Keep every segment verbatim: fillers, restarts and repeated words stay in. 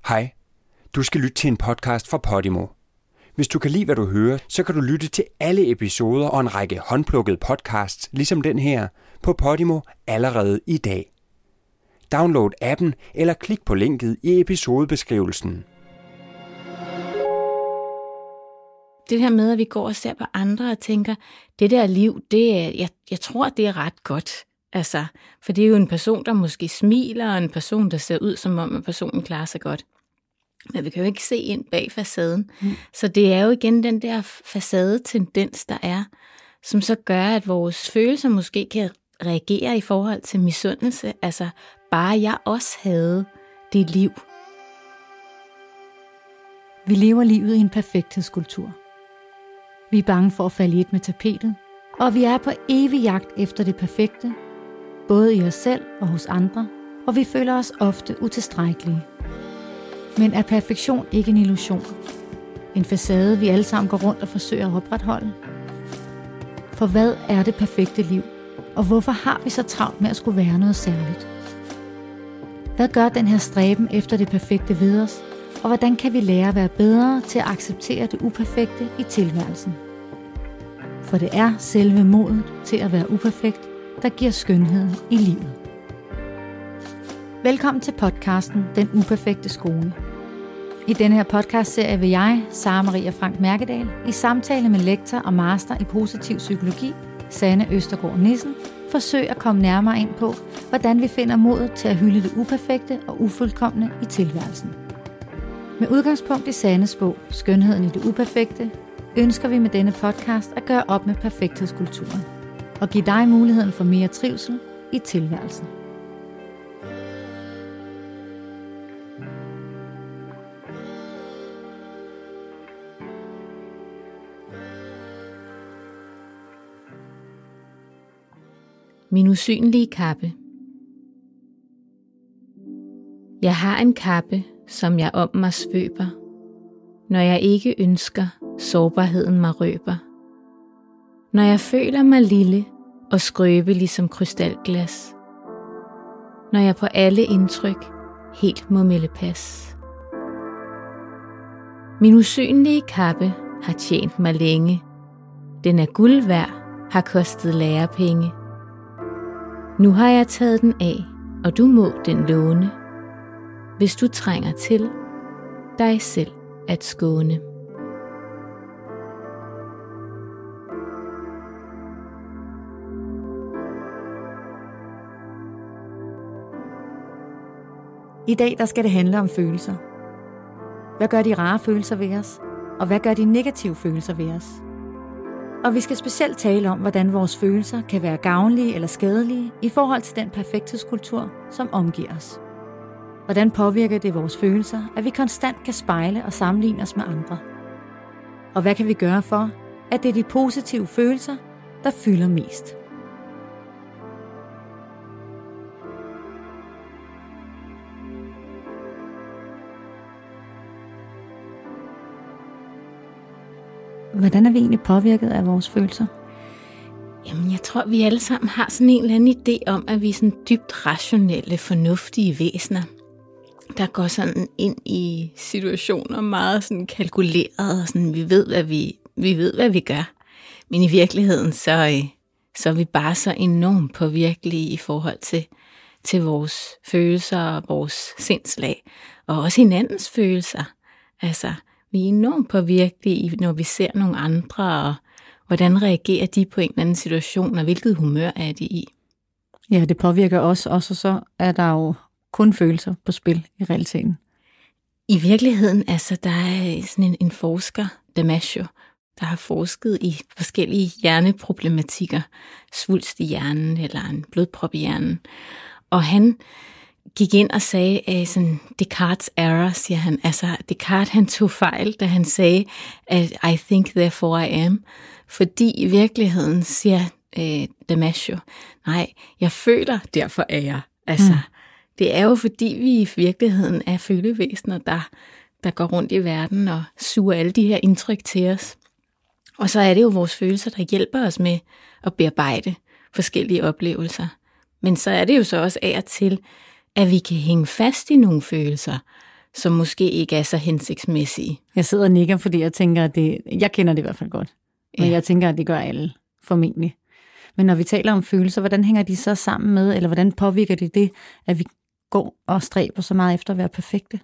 Hej, du skal lytte til en podcast fra Podimo. Hvis du kan lide, hvad du hører, så kan du lytte til alle episoder og en række håndplukkede podcasts, ligesom den her, på Podimo allerede i dag. Download appen eller klik på linket i episodebeskrivelsen. Det her med, at vi går og ser på andre og tænker, det der liv, det er, jeg, jeg tror, det er ret godt. Altså, for det er jo en person, der måske smiler, og en person, der ser ud, som om at personen klarer sig godt. Men vi kan jo ikke se ind bag facaden. Mm. Så det er jo igen den der facade-tendens, der er, som så gør, at vores følelser måske kan reagere i forhold til misundelse. Altså, bare jeg også havde det liv. Vi lever livet i en perfekthedskultur. Vi er bange for at falde i et med tapetet, og vi er på evig jagt efter det perfekte, både i os selv og hos andre, og vi føler os ofte utilstrækkelige. Men er perfektion ikke en illusion? En facade, vi alle sammen går rundt og forsøger at opretholde? For hvad er det perfekte liv, og hvorfor har vi så travlt med at skulle være noget særligt? Hvad gør den her stræben efter det perfekte ved os, og hvordan kan vi lære at være bedre til at acceptere det uperfekte i tilværelsen? For det er selve modet til at være uperfekt, der giver skønheden i livet. Velkommen til podcasten Den Uperfekte Skole. I denne her podcastserie vil jeg, Sara Maria Frank Mærkedal, i samtale med lektor og master i positiv psykologi, Sanne Østergaard Nissen, forsøge at komme nærmere ind på, hvordan vi finder modet til at hylde det uperfekte og ufuldkomne i tilværelsen. Med udgangspunkt i Sannes bog, Skønheden i det uperfekte, ønsker vi med denne podcast at gøre op med perfekthedskulturen og give dig muligheden for mere trivsel i tilværelsen. Min usynlige kappe. Jeg har en kappe, som jeg om mig svøber, når jeg ikke ønsker, sårbarheden mig røber. Når jeg føler mig lille og skrøbelig som krystalglas. Når jeg på alle indtryk helt må melde pas. Min usynlige kappe har tjent mig længe. Den er guld værd, har kostet lærepenge. Nu har jeg taget den af, og du må den låne, hvis du trænger til dig selv at skåne. I dag der skal det handle om følelser. Hvad gør de rare følelser ved os, og hvad gør de negative følelser ved os? Og vi skal specielt tale om, hvordan vores følelser kan være gavnlige eller skadelige i forhold til den perfekthedskultur, som omgiver os. Hvordan påvirker det vores følelser, at vi konstant kan spejle og sammenligne os med andre? Og hvad kan vi gøre for, at det er de positive følelser, der fylder mest? Hvordan er vi egentlig påvirket af vores følelser? Jamen, jeg tror, vi alle sammen har sådan en eller anden idé om, at vi er sådan dybt rationelle, fornuftige væsener, der går sådan ind i situationer meget sådan kalkuleret, og sådan, vi ved, hvad vi, vi ved, hvad vi gør. Men i virkeligheden, så, så er vi bare så enormt påvirkelige i forhold til, til vores følelser og vores sindslag, og også hinandens følelser. Altså, vi er enormt påvirkelige, når vi ser nogle andre, og hvordan reagerer de på en eller anden situation, og hvilket humør er de i. Ja, det påvirker os også, og så er der jo kun følelser på spil i realiteten. I virkeligheden, altså, der er sådan en, en forsker, Damasio, der har forsket i forskellige hjerneproblematikker, svulst i hjernen eller en blodprop i hjernen. Og han gik ind og sagde, uh, sådan, Descartes' error, siger han. Altså, Descartes, han tog fejl, da han sagde, at I think, therefore I am. Fordi i virkeligheden, siger uh, Damasio, nej, jeg føler, derfor er jeg. Altså, mm. det er jo fordi, vi i virkeligheden er følevæsener, der, der går rundt i verden og suger alle de her indtryk til os. Og så er det jo vores følelser, der hjælper os med at bearbejde forskellige oplevelser. Men så er det jo så også af og til, at vi kan hænge fast i nogle følelser, som måske ikke er så hensigtsmæssige. Jeg sidder og nikker, fordi jeg tænker, at det, jeg kender det i hvert fald godt. Men ja. Jeg tænker, at det gør alle, formentlig. Men når vi taler om følelser, hvordan hænger de så sammen med, eller hvordan påvirker det det, at vi går og stræber så meget efter at være perfekte?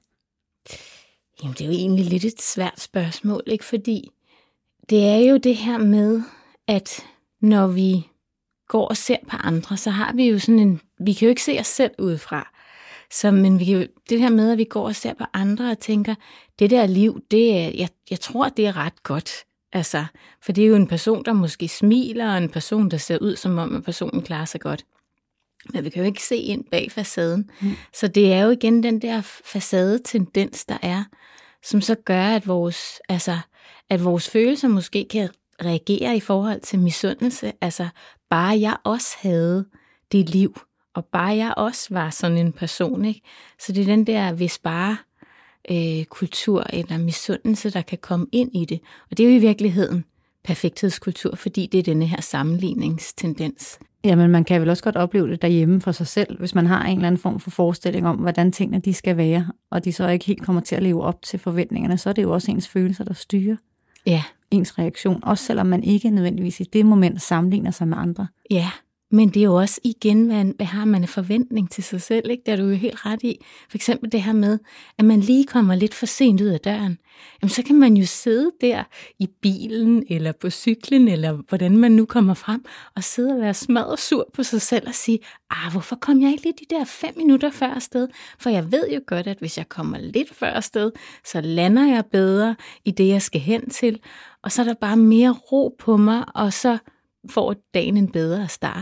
Jamen, det er jo egentlig lidt et svært spørgsmål, ikke? Fordi det er jo det her med, at når vi går og ser på andre, så har vi jo sådan en, vi kan jo ikke se os selv udefra. Så, men vi kan jo, det her med, at vi går og ser på andre og tænker, det der liv, det er, jeg, jeg tror, det er ret godt. Altså, for det er jo en person, der måske smiler, og en person, der ser ud, som om at personen klarer sig godt. Men vi kan jo ikke se ind bag facaden. Mm. Så det er jo igen den der facade-tendens, der er, som så gør, at vores, altså, at vores følelser måske kan reagere i forhold til misundelse. Altså, bare jeg også havde det liv, og bare jeg også var sådan en person, ikke? Så det er den der, hvis bare øh, kultur eller misundelse, der kan komme ind i det. Og det er jo i virkeligheden perfekthedskultur, fordi det er denne her sammenligningstendens. Jamen, man kan vel også godt opleve det derhjemme for sig selv, hvis man har en eller anden form for forestilling om, hvordan tingene de skal være, og de så ikke helt kommer til at leve op til forventningerne, så er det jo også ens følelser, der styrer ja. ens reaktion, også selvom man ikke nødvendigvis i det moment sammenligner sig med andre. Ja, men det er jo også igen, hvad, hvad har man en forventning til sig selv, ikke? Det er du jo helt ret i. For eksempel det her med, at man lige kommer lidt for sent ud af døren. Jamen, så kan man jo sidde der i bilen, eller på cyklen, eller hvordan man nu kommer frem, og sidde og være smadret sur på sig selv og sige, ah, hvorfor kom jeg ikke lige de der fem minutter før afsted? For jeg ved jo godt, at hvis jeg kommer lidt før afsted, så lander jeg bedre i det, jeg skal hen til, og så er der bare mere ro på mig, og så får dagen en bedre start.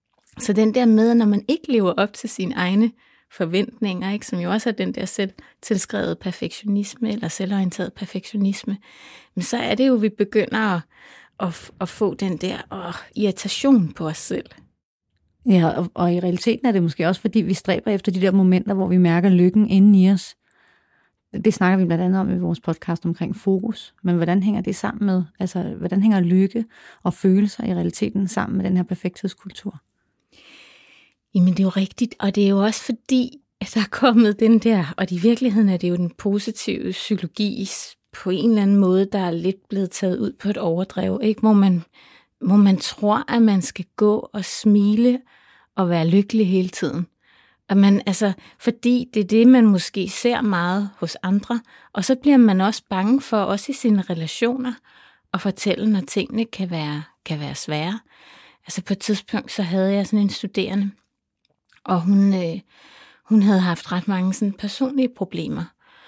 Så den der med, når man ikke lever op til sine egne forventninger, ikke, som jo også er den der selvtilskrevet perfektionisme, eller selvorienteret perfektionisme, men så er det jo, vi begynder at, at, at få den der åh, irritation på os selv. Ja, og, og i realiteten er det måske også, fordi vi stræber efter de der momenter, hvor vi mærker lykken inden i os. Det snakker vi blandt andet om i vores podcast omkring fokus. Men hvordan hænger det sammen med, altså hvordan hænger lykke og følelser i realiteten sammen med den her perfekthedskultur? Jamen det er jo rigtigt, og det er jo også fordi, at der er kommet den der, og i virkeligheden er det jo den positive psykologi på en eller anden måde, der er lidt blevet taget ud på et overdrev, ikke? Hvor man, hvor man tror, at man skal gå og smile og være lykkelig hele tiden. Og man, altså, fordi det er det, man måske ser meget hos andre, og så bliver man også bange for, også i sine relationer, at fortælle, når tingene kan være, kan være svære. Altså på et tidspunkt, så havde jeg sådan en studerende, og hun, øh, hun havde haft ret mange sådan personlige problemer,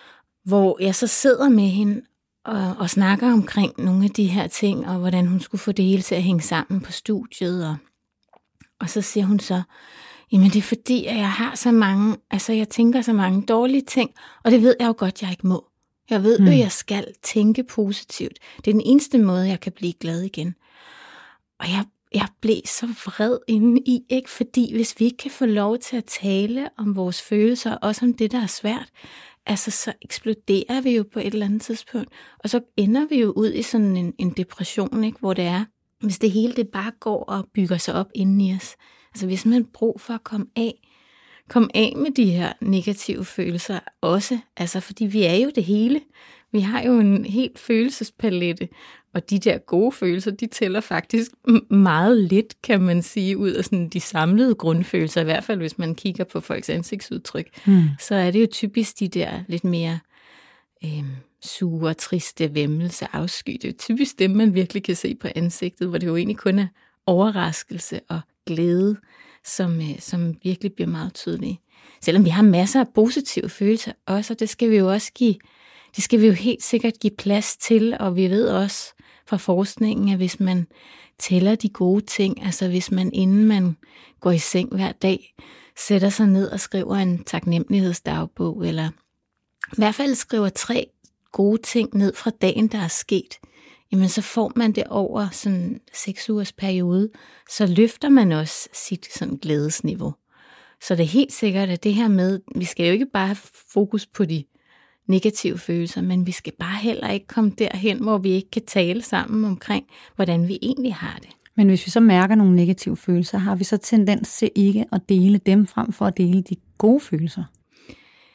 hvor jeg så sidder med hende og, og snakker omkring nogle af de her ting, og hvordan hun skulle få det hele til at hænge sammen på studiet. Og, og så siger hun så, jamen det er fordi, at jeg har så mange, altså jeg tænker så mange dårlige ting, og det ved jeg jo godt, jeg ikke må. Jeg ved jo, mm. at jeg skal tænke positivt. Det er den eneste måde, jeg kan blive glad igen. Og jeg Jeg blev så vred inde i, ikke? Fordi hvis vi ikke kan få lov til at tale om vores følelser, og også om det, der er svært, altså så eksploderer vi jo på et eller andet tidspunkt, og så ender vi jo ud i sådan en, en depression, ikke? Hvor det er, hvis det hele det bare går og bygger sig op inden i os. Altså hvis man har brug for at komme af, komme af med de her negative følelser også, altså fordi vi er jo det hele. Vi har jo en helt følelsespalette, og de der gode følelser, de tæller faktisk meget lidt, kan man sige, ud af sådan de samlede grundfølelser, i hvert fald hvis man kigger på folks ansigtsudtryk. Mm. Så er det jo typisk de der lidt mere øh, sure, triste, væmmelse, afsky. Det er jo typisk dem, man virkelig kan se på ansigtet, hvor det jo egentlig kun er overraskelse og glæde, som, øh, som virkelig bliver meget tydelige. Selvom vi har masser af positive følelser også, og det skal vi jo også give Det skal vi jo helt sikkert give plads til, og vi ved også fra forskningen, at hvis man tæller de gode ting, altså hvis man inden man går i seng hver dag, sætter sig ned og skriver en taknemmelighedsdagbog, eller i hvert fald skriver tre gode ting ned fra dagen, der er sket, jamen så får man det over sådan seks ugers periode, så løfter man også sit sådan glædesniveau. Så det er helt sikkert, at det her med, vi skal jo ikke bare have fokus på de negative følelser, men vi skal bare heller ikke komme derhen, hvor vi ikke kan tale sammen omkring, hvordan vi egentlig har det. Men hvis vi så mærker nogle negative følelser, har vi så tendens til ikke at dele dem frem for at dele de gode følelser?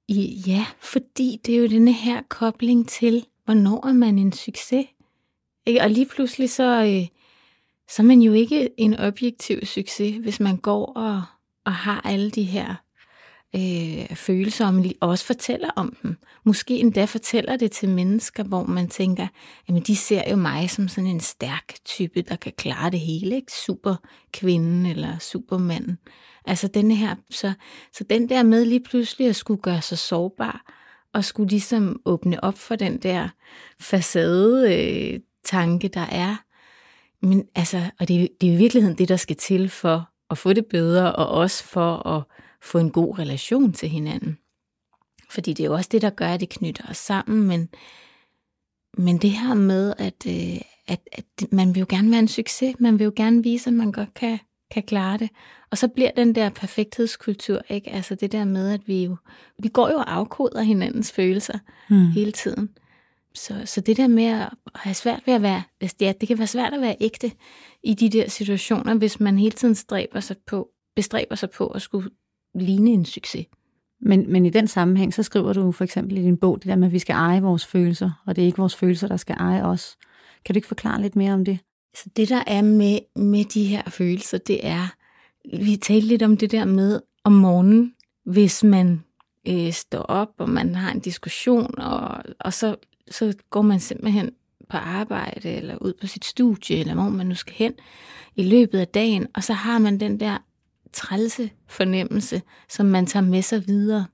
I, ja, fordi det er jo denne her kobling til, hvornår er man en succes? Ikke? Og lige pludselig så, øh, så er man jo ikke en objektiv succes, hvis man går og, og har alle de her øh, følelser, og også fortæller om dem. Måske endda fortæller det til mennesker, hvor man tænker, jamen de ser jo mig som sådan en stærk type, der kan klare det hele, ikke? Superkvinden eller supermanden. Altså denne her, så, så den der med lige pludselig at skulle gøre sig sårbar, og skulle ligesom åbne op for den der facade øh, tanke, der er. Men altså, og det, det er i virkeligheden det, der skal til for at få det bedre, og også for at få en god relation til hinanden. Fordi det er jo også det, der gør, at det knytter os sammen, men, men det her med, at, øh, at, at man vil jo gerne være en succes, man vil jo gerne vise, at man godt kan, kan klare det. Og så bliver den der perfekthedskultur, ikke? Altså det der med, at vi jo, vi går jo og afkoder hinandens følelser mm. hele tiden. Så, så det der med at have svært ved at være, ja, det kan være svært at være ægte i de der situationer, hvis man hele tiden stræber sig på, bestræber sig på at skulle ligne en succes. Men, men i den sammenhæng, så skriver du for eksempel i din bog, det der med, at vi skal eje vores følelser, og det er ikke vores følelser, der skal eje os. Kan du ikke forklare lidt mere om det? Så det der er med, med de her følelser, det er, vi talte lidt om det der med om morgenen, hvis man øh, står op, og man har en diskussion, og, og så, så går man simpelthen på arbejde, eller ud på sit studie, eller hvor man nu skal hen, i løbet af dagen, og så har man den der trælse fornemmelse, som man tager med sig videre.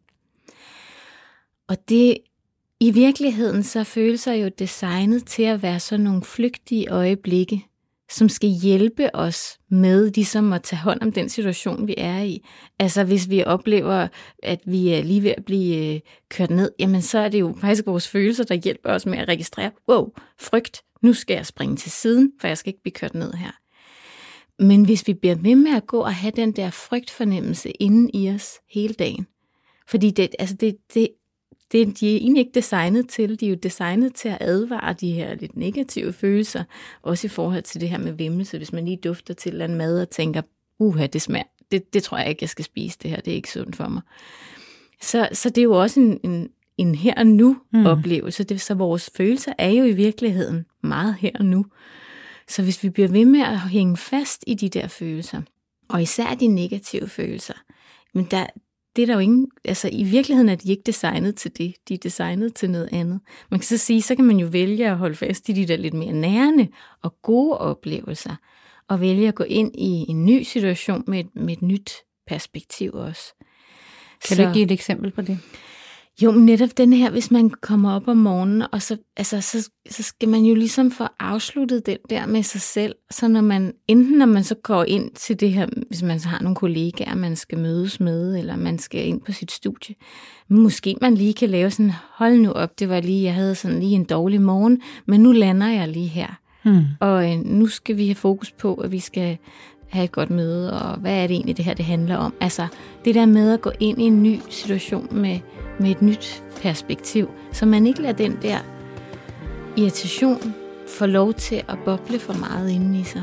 Og det, i virkeligheden, så er følelser jo designet til at være sådan nogle flygtige øjeblikke, som skal hjælpe os med ligesom at tage hånd om den situation, vi er i. Altså hvis vi oplever, at vi er lige ved at blive kørt ned, jamen så er det jo faktisk vores følelser, der hjælper os med at registrere, wow, frygt, nu skal jeg springe til siden, for jeg skal ikke blive kørt ned her. Men hvis vi bliver ved med at gå og have den der frygtfornemmelse inden i os hele dagen, fordi det, altså det, det, det, de er egentlig ikke designet til, de er jo designet til at advare de her lidt negative følelser, også i forhold til det her med væmmelse, hvis man lige dufter til en eller anden mad og tænker, uha, det smager, det, det tror jeg ikke, jeg skal spise det her, det er ikke sundt for mig. Så, så det er jo også en, en, en her og nu mm. oplevelse, det, så vores følelser er jo i virkeligheden meget her og nu. Så hvis vi bliver ved med at hænge fast i de der følelser, og især de negative følelser, men der, det er der jo ingen, altså i virkeligheden er de ikke designet til det, de er designet til noget andet. Man kan så sige, så kan man jo vælge at holde fast i de der lidt mere nærende og gode oplevelser, og vælge at gå ind i en ny situation med et, med et nyt perspektiv også. Kan så, du ikke give et eksempel på det? Jo, men netop den her, hvis man kommer op om morgenen, og så, altså, så, så skal man jo ligesom få afsluttet den der med sig selv. Så når man, enten når man så går ind til det her, hvis man så har nogle kollegaer, man skal mødes med, eller man skal ind på sit studie, måske man lige kan lave sådan, hold nu op, det var lige, jeg havde sådan lige en dårlig morgen, men nu lander jeg lige her. Hmm. Og øh, nu skal vi have fokus på, at vi skal have et godt møde, og hvad er det egentlig, det her det handler om? Altså, det der med at gå ind i en ny situation med med et nyt perspektiv, så man ikke lader den der irritation få lov til at boble for meget inde i sig.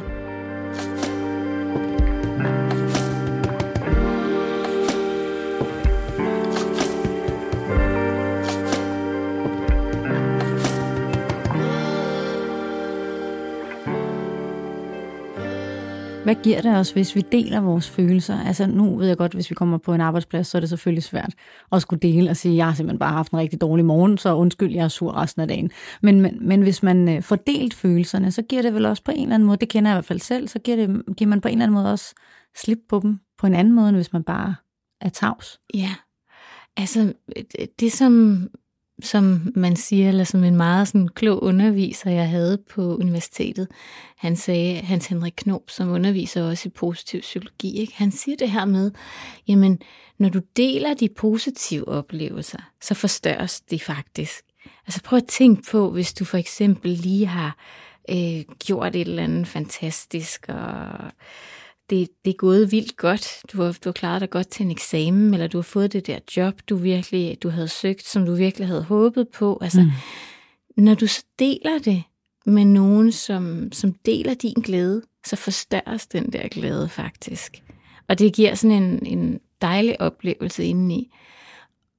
Hvad giver det os, hvis vi deler vores følelser? Altså nu ved jeg godt, hvis vi kommer på en arbejdsplads, så er det selvfølgelig svært at skulle dele og sige, jeg har simpelthen bare haft en rigtig dårlig morgen, så undskyld, jeg er sur resten af dagen. Men, men, men hvis man får delt følelserne, så giver det vel også på en eller anden måde, det kender jeg i hvert fald selv, så giver, det, giver man på en eller anden måde også slip på dem på en anden måde, end hvis man bare er tavs. Ja, altså det som... som man siger, eller som en meget sådan klog underviser, jeg havde på universitetet, han sagde, Hans Henrik Knob, som underviser også i positiv psykologi, ikke? Han siger det her med, jamen, når du deler de positive oplevelser, så forstørres de faktisk. Altså prøv at tænke på, hvis du for eksempel lige har øh, gjort et eller andet fantastisk, og Det, det er gået vildt godt. Du har, du har klaret dig godt til en eksamen, eller du har fået det der job, du virkelig du havde søgt, som du virkelig havde håbet på. Altså, mm. når du så deler det med nogen, som, som deler din glæde, så forstørres den der glæde faktisk. Og det giver sådan en, en dejlig oplevelse indeni.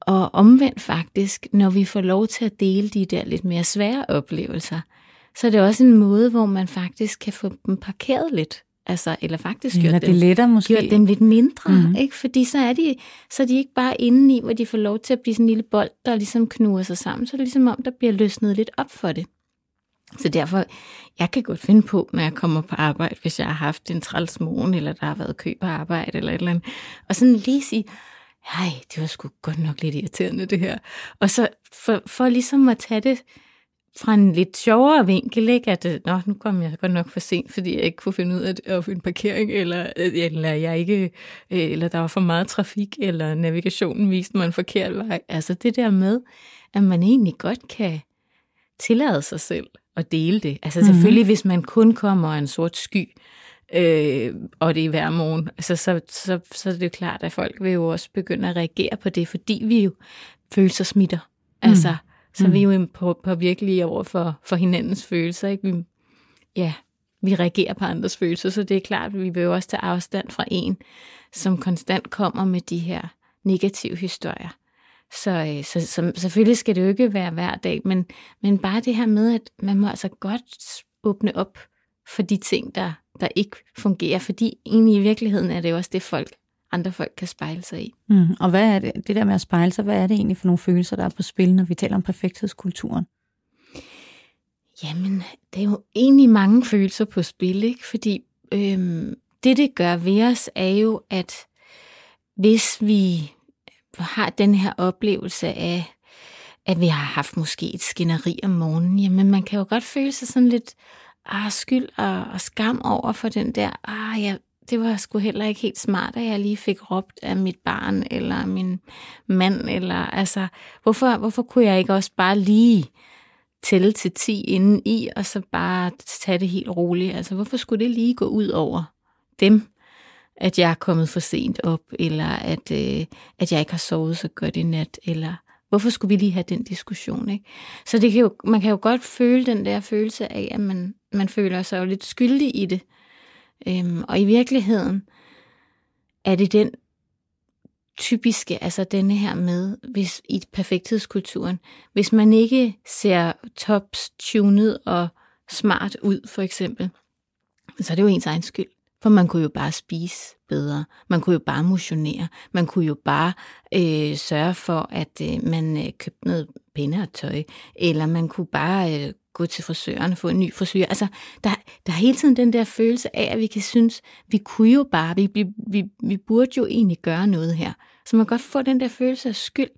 Og omvendt faktisk, når vi får lov til at dele de der lidt mere svære oplevelser, så er det også en måde, hvor man faktisk kan få dem parkeret lidt. Altså, eller faktisk eller gjort, det dem, letter måske. gjort dem lidt mindre. Mm-hmm. Ikke? Fordi så er, de, så er de ikke bare inde i, hvor de får lov til at blive sådan en lille bold, der ligesom knuger sig sammen. Så er det ligesom om, der bliver løsnet lidt op for det. Så derfor, jeg kan godt finde på, når jeg kommer på arbejde, hvis jeg har haft en træls morgen, eller der har været kø på arbejde, eller et eller andet. Og sådan lige sige, ej, det var sgu godt nok lidt irriterende det her. Og så for, for ligesom at tage det fra en lidt sjovere vinkel, ikke? At nå, nu kom jeg godt nok for sent, fordi jeg ikke kunne finde ud af at finde parkering, eller, eller, jeg ikke, eller der var for meget trafik, eller navigationen viste mig en forkert vej. Altså det der med, at man egentlig godt kan tillade sig selv at dele det. Altså mm-hmm. selvfølgelig, hvis man kun kommer af en sort sky, øh, og det er hver morgen, altså, så, så, så er det jo klart, at folk vil jo også begynde at reagere på det, fordi vi jo følelser smitter. Altså, mm. så mm. vi er jo på, på virkelig over for, for hinandens følelser. Ikke? Vi, ja, vi reagerer på andres følelser, så det er klart, at vi vil jo også tage afstand fra en, som konstant kommer med de her negative historier. Så, så, så selvfølgelig skal det jo ikke være hver dag, men, men bare det her med, at man må altså godt åbne op for de ting, der, der ikke fungerer, fordi egentlig i virkeligheden er det jo også det, folk, andre folk kan spejle sig i. Mm, og hvad er det, det der med at spejle sig, hvad er det egentlig for nogle følelser, der er på spil, når vi taler om perfekthedskulturen? Jamen, det er jo egentlig mange følelser på spil, ikke? Fordi øhm, det, det gør ved os, er jo, at hvis vi har den her oplevelse af, at vi har haft måske et skænderi om morgenen, jamen man kan jo godt føle sig sådan lidt ah, skyld og, og skam over for den der, ah ja, det var sgu heller ikke helt smart, at jeg lige fik råbt af mit barn, eller min mand, eller altså, hvorfor, hvorfor kunne jeg ikke også bare lige tælle til ti inden i, og så bare tage det helt roligt, altså hvorfor skulle det lige gå ud over dem, at jeg er kommet for sent op, eller at, øh, at jeg ikke har sovet så godt i nat, eller hvorfor skulle vi lige have den diskussion, ikke? Så det kan jo, man kan jo godt føle den der følelse af, at man, man føler sig jo lidt skyldig i det. Øhm, og i virkeligheden er det den typiske, altså denne her med, hvis i perfekthedskulturen, hvis man ikke ser tops-tunet og smart ud, for eksempel, så er det jo ens egen skyld. For man kunne jo bare spise bedre, man kunne jo bare motionere, man kunne jo bare øh, sørge for, at øh, man øh, købte noget pænere tøj, eller man kunne bare øh, gå til frisøren og få en ny frisør. Altså, der, der er hele tiden den der følelse af, at vi kan synes, vi kunne jo bare, vi, vi, vi, vi burde jo egentlig gøre noget her. Så man kan godt få den der følelse af skyld.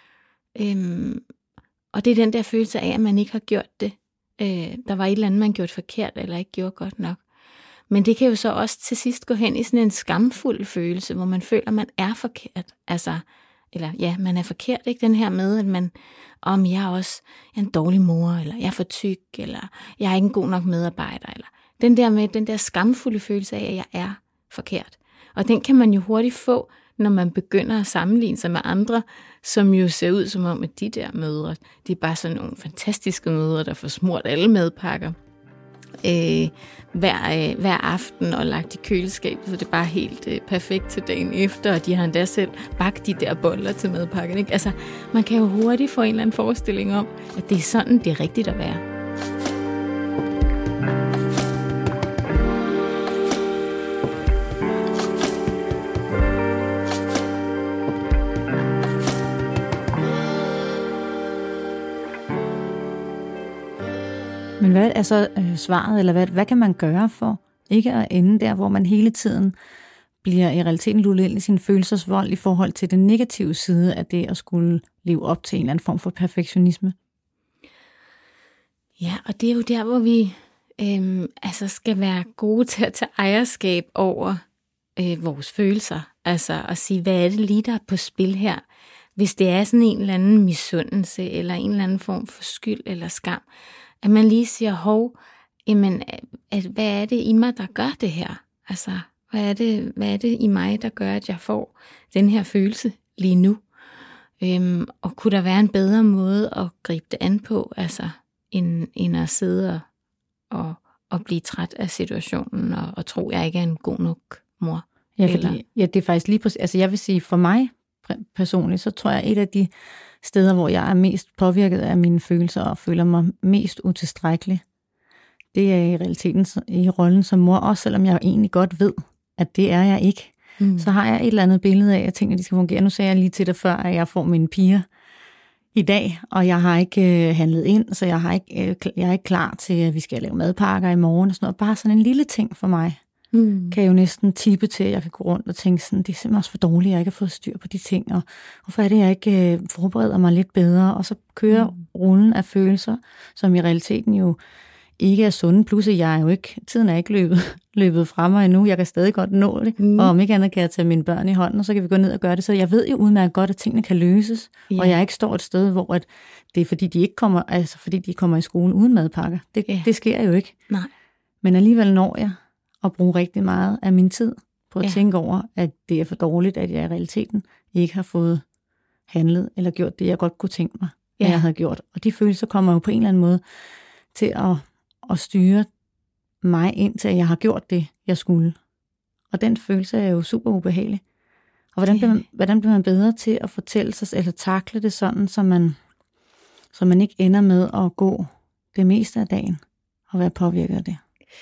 Øhm, og det er den der følelse af, at man ikke har gjort det. Øh, der var et eller andet, man gjorde forkert, eller ikke gjorde godt nok. Men det kan jo så også til sidst gå hen i sådan en skamfuld følelse, hvor man føler, at man er forkert. Altså, eller ja, man er forkert, ikke? Den her med, at man, om jeg er også jeg er en dårlig mor, eller jeg er for tyk, eller jeg er ikke en god nok medarbejder. Eller den der med, den der skamfulde følelse af, at jeg er forkert. Og den kan man jo hurtigt få, når man begynder at sammenligne sig med andre, som jo ser ud som om, at de der mødre, de er bare sådan nogle fantastiske mødre, der får smurt alle madpakker. Øh, hver, øh, hver aften og lagt i køleskabet, så det er bare helt øh, perfekt til dagen efter, og de har endda selv bagt de der boller til madpakken, ikke? Altså, man kan jo hurtigt få en eller anden forestilling om, at det er sådan, det er rigtigt at være. Men hvad er så øh, svaret, eller hvad, hvad kan man gøre for ikke at ende der, hvor man hele tiden bliver i realiteten lullet ind i sin følelsesvold i forhold til den negative side af det at skulle leve op til en eller anden form for perfektionisme? Ja, og det er jo der, hvor vi øh, altså skal være gode til at tage ejerskab over øh, vores følelser. Altså at sige, hvad er det lige, der er på spil her? Hvis det er sådan en eller anden misundelse, eller en eller anden form for skyld eller skam, at man lige siger, hov, jamen, at, hvad er det i mig, der gør det her? Altså, hvad er det, hvad er det i mig, der gør, at jeg får den her følelse lige nu? Øhm, og kunne der være en bedre måde at gribe det an på, altså, end, end at sidde og, og, og blive træt af situationen, og, og tro, jeg ikke er en god nok mor? Ja, fordi, ja, det er faktisk lige præcis, altså jeg vil sige, for mig personligt, så tror jeg, et af de steder, hvor jeg er mest påvirket af mine følelser og føler mig mest utilstrækkelig, det er i realiteten i rollen som mor, også selvom jeg egentlig godt ved, at det er jeg ikke. Mm. Så har jeg et eller andet billede af, at tingene de skal fungere. Nu sagde jeg lige til dig før, at jeg får mine piger i dag, og jeg har ikke øh, handlet ind, så jeg, har ikke, øh, jeg er ikke klar til, at vi skal lave madpakker i morgen og sådan noget. Bare sådan en lille ting for mig, mm. kan jo næsten tippe til, at jeg kan gå rundt og tænke sådan, det er simpelthen også for dårligt, at jeg ikke har fået styr på de ting, og hvorfor er det, at jeg ikke øh, forbereder mig lidt bedre, og så kører mm. rullen af følelser, som i realiteten jo ikke er sunde, plus at jeg er jo ikke, tiden er ikke løbet, løbet fra mig endnu, jeg kan stadig godt nå det, mm. og om ikke andet kan jeg tage mine børn i hånden, og så kan vi gå ned og gøre det, så jeg ved jo udmærket godt, at tingene kan løses, yeah. og jeg ikke står et sted, hvor at det er fordi, de ikke kommer, altså fordi de kommer i skolen uden madpakker, det, yeah. det sker jo ikke, nej. Men alligevel når jeg at bruge rigtig meget af min tid på at yeah. tænke over, at det er for dårligt, at jeg i realiteten ikke har fået handlet, eller gjort det, jeg godt kunne tænke mig, at yeah. jeg havde gjort, og de følelser kommer jo på en eller anden måde til at og styre mig ind til, at jeg har gjort det, jeg skulle. Og den følelse er jo super ubehagelig. Og hvordan bliver man, hvordan bliver man bedre til at fortælle sig, eller takle det sådan, så man, så man ikke ender med at gå det meste af dagen og være påvirket af det?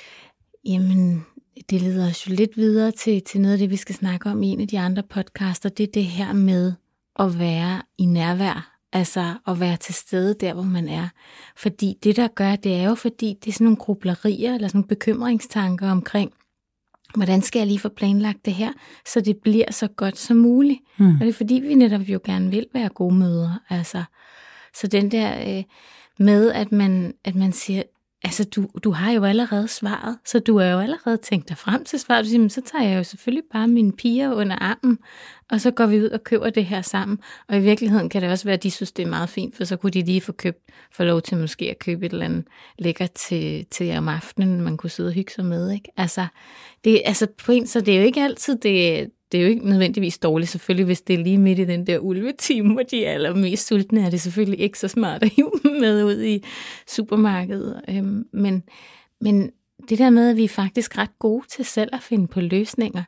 Jamen, det leder os jo lidt videre til, til noget af det, vi skal snakke om i en af de andre podcaster. Det er det her med at være i nærvær. Altså at være til stede der, hvor man er. Fordi det, der gør, det er jo fordi, det er sådan nogle grublerier, eller sådan nogle bekymringstanker omkring, hvordan skal jeg lige få planlagt det her, så det bliver så godt som muligt. Mm. Og det er fordi, vi netop jo gerne vil være gode mødre. Altså, så den der øh, med, at man, at man siger, altså du, du har jo allerede svaret, så du har jo allerede tænkt dig frem til svaret. Du siger, men så tager jeg jo selvfølgelig bare mine piger under armen, og så går vi ud og køber det her sammen. Og i virkeligheden kan det også være, at de synes, det er meget fint, for så kunne de lige få købt, få lov til måske at købe et eller andet lækkert til, til om aftenen, man kunne sidde og hygge sig med. Ikke? Altså, det, altså på en, så det er jo ikke altid, det, det er jo ikke nødvendigvis dårligt, selvfølgelig, hvis det er lige midt i den der ulvetime, hvor de er allermest sultne, er det selvfølgelig ikke så smart at hive med ud i supermarkedet. Øhm, men, men det der med, at vi er faktisk ret gode til selv at finde på løsninger.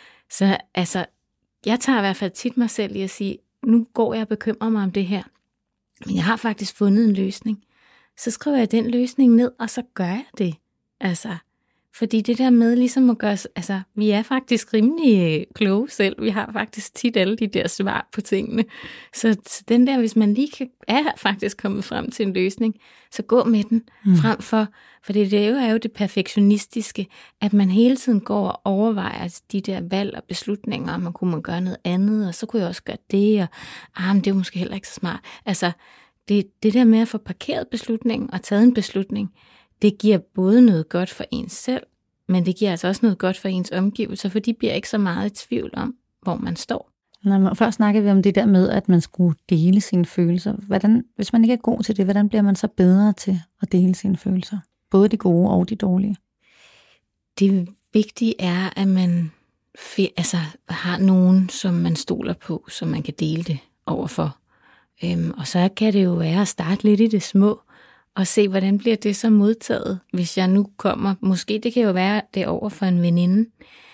Så altså, jeg tager i hvert fald tit mig selv i at sige, nu går jeg og bekymrer mig om det her, men jeg har faktisk fundet en løsning. Så skriver jeg den løsning ned, og så gør jeg det. Altså, fordi det der med ligesom at gøre, altså vi er faktisk rimelig kloge selv, vi har faktisk tit alle de der svar på tingene. Så, så den der, hvis man lige kan, er faktisk kommet frem til en løsning, så gå med den mm. frem for, for det, det er, jo, er jo det perfektionistiske, at man hele tiden går og overvejer de der valg og beslutninger, og man kunne man gøre noget andet, og så kunne jeg også gøre det, og ah, men det er jo måske heller ikke så smart. Altså det, det der med at få parkeret beslutningen og taget en beslutning, det giver både noget godt for ens selv, men det giver altså også noget godt for ens omgivelser, for de bliver ikke så meget i tvivl om, hvor man står. Når før snakkede vi om det der med, at man skulle dele sine følelser. Hvordan, hvis man ikke er god til det, hvordan bliver man så bedre til at dele sine følelser? Både de gode og de dårlige. Det vigtige er, at man altså, har nogen, som man stoler på, som man kan dele det overfor. Øhm, og så kan det jo være at starte lidt i det små, og se, hvordan bliver det så modtaget, hvis jeg nu kommer. Måske det kan jo være det over for en veninde.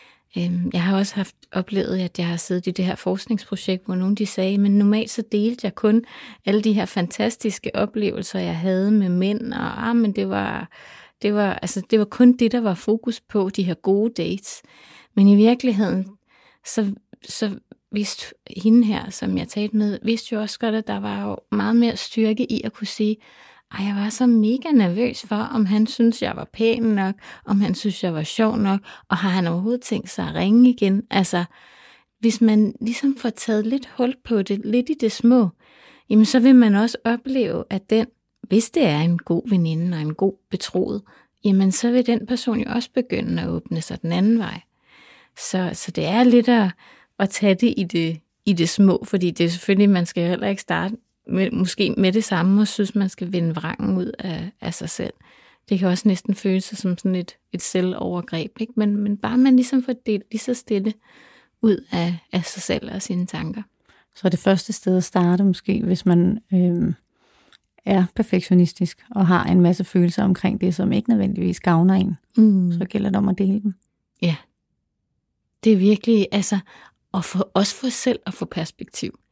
Jeg har også haft oplevet, at jeg har siddet i det her forskningsprojekt, hvor nogen de sagde, men normalt så delte jeg kun alle de her fantastiske oplevelser, jeg havde med mænd, og ah, men det var, det var, altså, det var kun det, der var fokus på, de her gode dates. Men i virkeligheden, så, så vidste hende her, som jeg talte med, vidste jo også godt, at der var jo meget mere styrke i at kunne sige, og jeg var så mega nervøs for, om han synes jeg var pæn nok, om han synes jeg var sjov nok, og har han overhovedet tænkt sig at ringe igen? Altså, hvis man ligesom får taget lidt hul på det, lidt i det små, jamen så vil man også opleve, at den, hvis det er en god veninde og en god betroet, jamen så vil den person jo også begynde at åbne sig den anden vej. Så, så det er lidt at, at tage det i, det i det små, fordi det er selvfølgelig, man skal heller ikke starte med, måske med det samme, og synes, man skal vende vrangen ud af, af sig selv. Det kan også næsten føles som sådan et, et selvovergreb, ikke? Men, men bare man ligesom får det lige så stille ud af, af sig selv og sine tanker. Så det første sted at starte måske, hvis man øh, er perfektionistisk og har en masse følelser omkring det, som ikke nødvendigvis gavner en, mm. så gælder det om at dele dem. Ja, det er virkelig, altså, og for, også for selv at få perspektiv.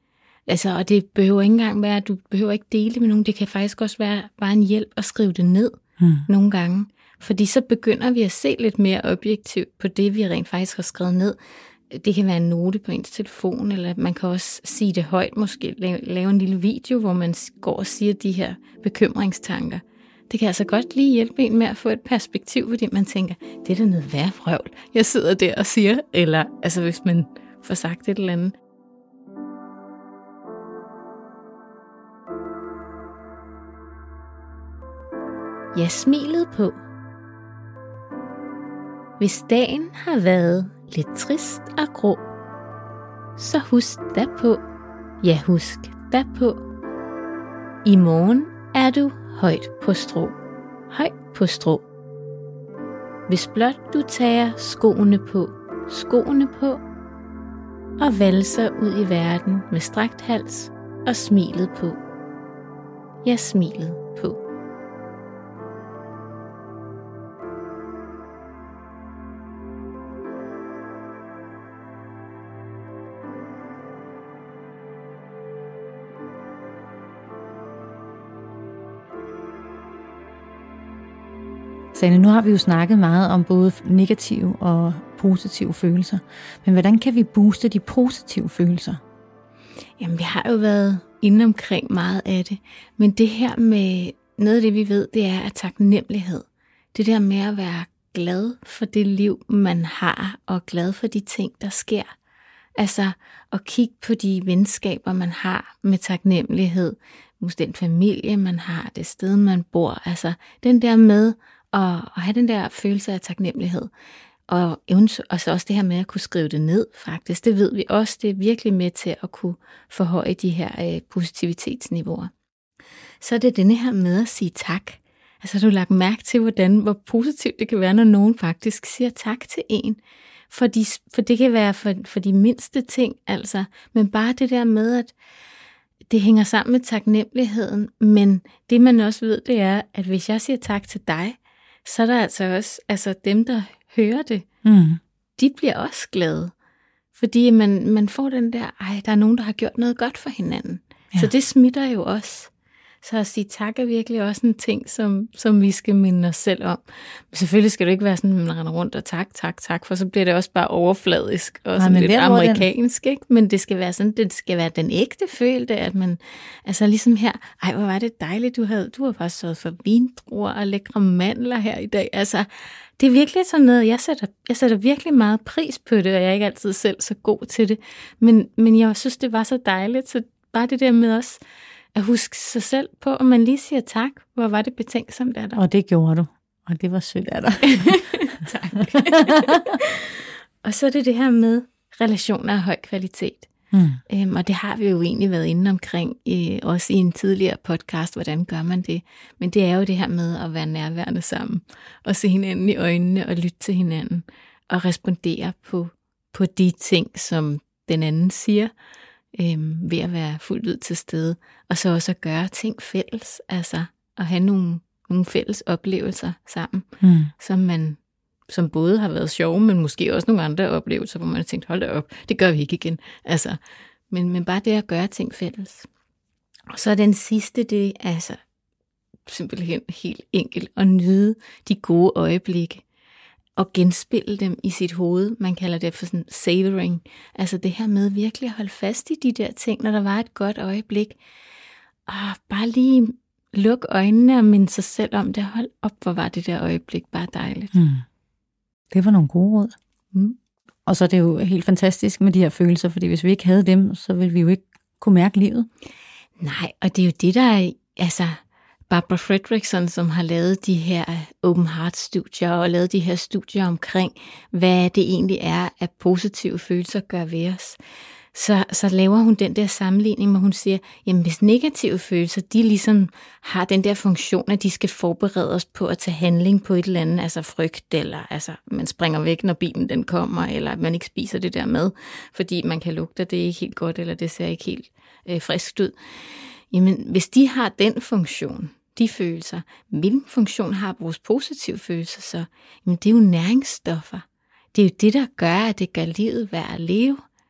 Altså, og det behøver ikke engang være, at du behøver ikke dele det med nogen. Det kan faktisk også være bare en hjælp at skrive det ned mm. nogle gange. Fordi så begynder vi at se lidt mere objektivt på det, vi rent faktisk har skrevet ned. Det kan være en note på ens telefon, eller man kan også sige det højt, måske lave, lave en lille video, hvor man går og siger de her bekymringstanker. Det kan altså godt lige hjælpe en med at få et perspektiv, fordi man tænker, det er da noget værre vrøvl, jeg sidder der og siger, eller altså hvis man får sagt et eller andet. Ja, smilet på. Hvis dagen har været lidt trist og grå, så husk da på, ja husk da på. I morgen er du højt på strå, højt på strå. Hvis blot du tager skoene på, skoene på, og valser ud i verden med strakt hals og smilet på. Ja, smilet på. Sanne, nu har vi jo snakket meget om både negative og positive følelser. Men hvordan kan vi booste de positive følelser? Jamen, vi har jo været inde omkring meget af det. Men det her med noget af det, vi ved, det er at taknemmelighed. Det der med at være glad for det liv, man har, og glad for de ting, der sker. Altså at kigge på de venskaber, man har med taknemmelighed. Måske den familie, man har, det sted, man bor. Altså den der med at, at have den der følelse af taknemmelighed. Og, og så også det her med at kunne skrive det ned, faktisk. Det ved vi også, det er virkelig med til at kunne forhøje de her øh, positivitetsniveauer. Så er det denne her med at sige tak. Altså har du lagt mærke til, hvordan, hvor positivt det kan være, når nogen faktisk siger tak til en. For, de, for det kan være for, for de mindste ting, altså. Men bare det der med, at det hænger sammen med taknemmeligheden. Men det man også ved, det er, at hvis jeg siger tak til dig, så er der altså også altså dem, der hører det, mm. de bliver også glade. Fordi man, man får den der, ej, der er nogen, der har gjort noget godt for hinanden. Ja. Så det smitter jo også. Så at sige tak er virkelig også en ting, som, som vi skal minde os selv om. Men selvfølgelig skal det ikke være sådan, at man render rundt og tak, tak, tak, for så bliver det også bare overfladisk og sådan lidt amerikansk, ikke? Men det skal være sådan, det skal være den ægte følte, at man, altså ligesom her, ej, hvor var det dejligt, du havde, du har bare sørget for vindruer og lækre mandler her i dag. Altså, det er virkelig sådan noget, jeg sætter, jeg sætter virkelig meget pris på det, og jeg er ikke altid selv så god til det. Men, men jeg synes, det var så dejligt, så bare det der med os, at huske sig selv på, at man lige siger tak. Hvor var det betænksomt af dig? Og det gjorde du. Og det var sødt af dig. Tak. Og så er det det her med relationer af høj kvalitet. Mm. Øhm, og det har vi jo egentlig været inde omkring, øh, også i en tidligere podcast, hvordan gør man det. Men det er jo det her med at være nærværende sammen, og se hinanden i øjnene, og lytte til hinanden, og respondere på, på de ting, som den anden siger, Øhm, ved at være fuldt ud til stede, og så også at gøre ting fælles, altså at have nogle, nogle fælles oplevelser sammen, mm. som man som både har været sjove, men måske også nogle andre oplevelser, hvor man har tænkt, hold da op, det gør vi ikke igen. Altså, men, men bare det at gøre ting fælles. Og så den sidste, det er altså simpelthen helt enkelt at nyde de gode øjeblikke, og genspille dem i sit hoved. Man kalder det for sådan savoring. Altså det her med virkelig at holde fast i de der ting, når der var et godt øjeblik. Og bare lige lukke øjnene og minde sig selv om det. Hold op, hvor var det der øjeblik bare dejligt. Mm. Det var nogle gode råd. Mm. Og så er det jo helt fantastisk med de her følelser, fordi hvis vi ikke havde dem, så ville vi jo ikke kunne mærke livet. Nej, og det er jo det, der er, altså Barbara Fredrickson, som har lavet de her open heart studier og lavet de her studier omkring, hvad det egentlig er, at positive følelser gør ved os. Så, så laver hun den der sammenligning, hvor hun siger, jamen hvis negative følelser, de ligesom har den der funktion, at de skal forberede os på at tage handling på et eller andet, altså frygt, eller altså man springer væk, når bilen den kommer, eller man ikke spiser det der mad, fordi man kan lugte, at det er ikke helt godt, eller det ser ikke helt øh, friskt ud. Jamen hvis de har den funktion, de følelser, hvilken funktion har vores positive følelser så? Jamen det er jo næringsstoffer. Det er jo det, der gør, at det gør livet værd at leve.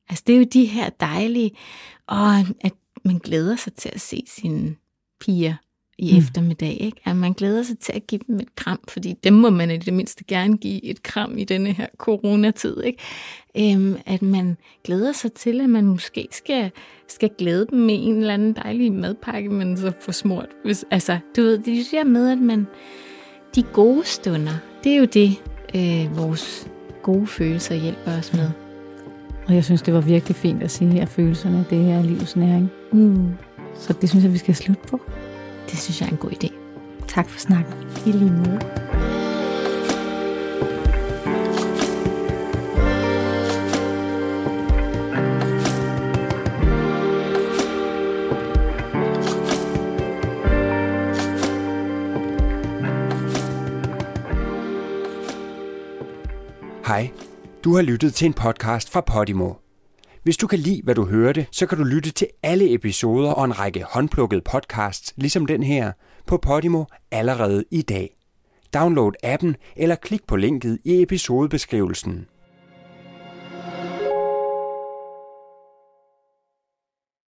Altså det er jo de her dejlige, og at man glæder sig til at se sine piger i mm. eftermiddag, ikke? At man glæder sig til at give dem et kram, fordi dem må man i det mindste gerne give et kram i denne her coronatid, ikke? Øhm, at man glæder sig til, at man måske skal, skal glæde dem med en eller anden dejlig madpakke, man så får smurt. Hvis, altså, du ved, det er det der med, at man, de gode stunder, det er jo det, øh, vores gode følelser hjælper os med. Og jeg synes, det var virkelig fint at sige, at følelserne, det er livets næring. Mm. Så det synes jeg, vi skal slutte på. Det synes jeg er en god idé. Tak for snakken. I lige måde. Hej, du har lyttet til en podcast fra Podimo. Hvis du kan lide, hvad du hørte, så kan du lytte til alle episoder og en række håndplukkede podcasts, ligesom den her, på Podimo allerede i dag. Download appen eller klik på linket i episodebeskrivelsen.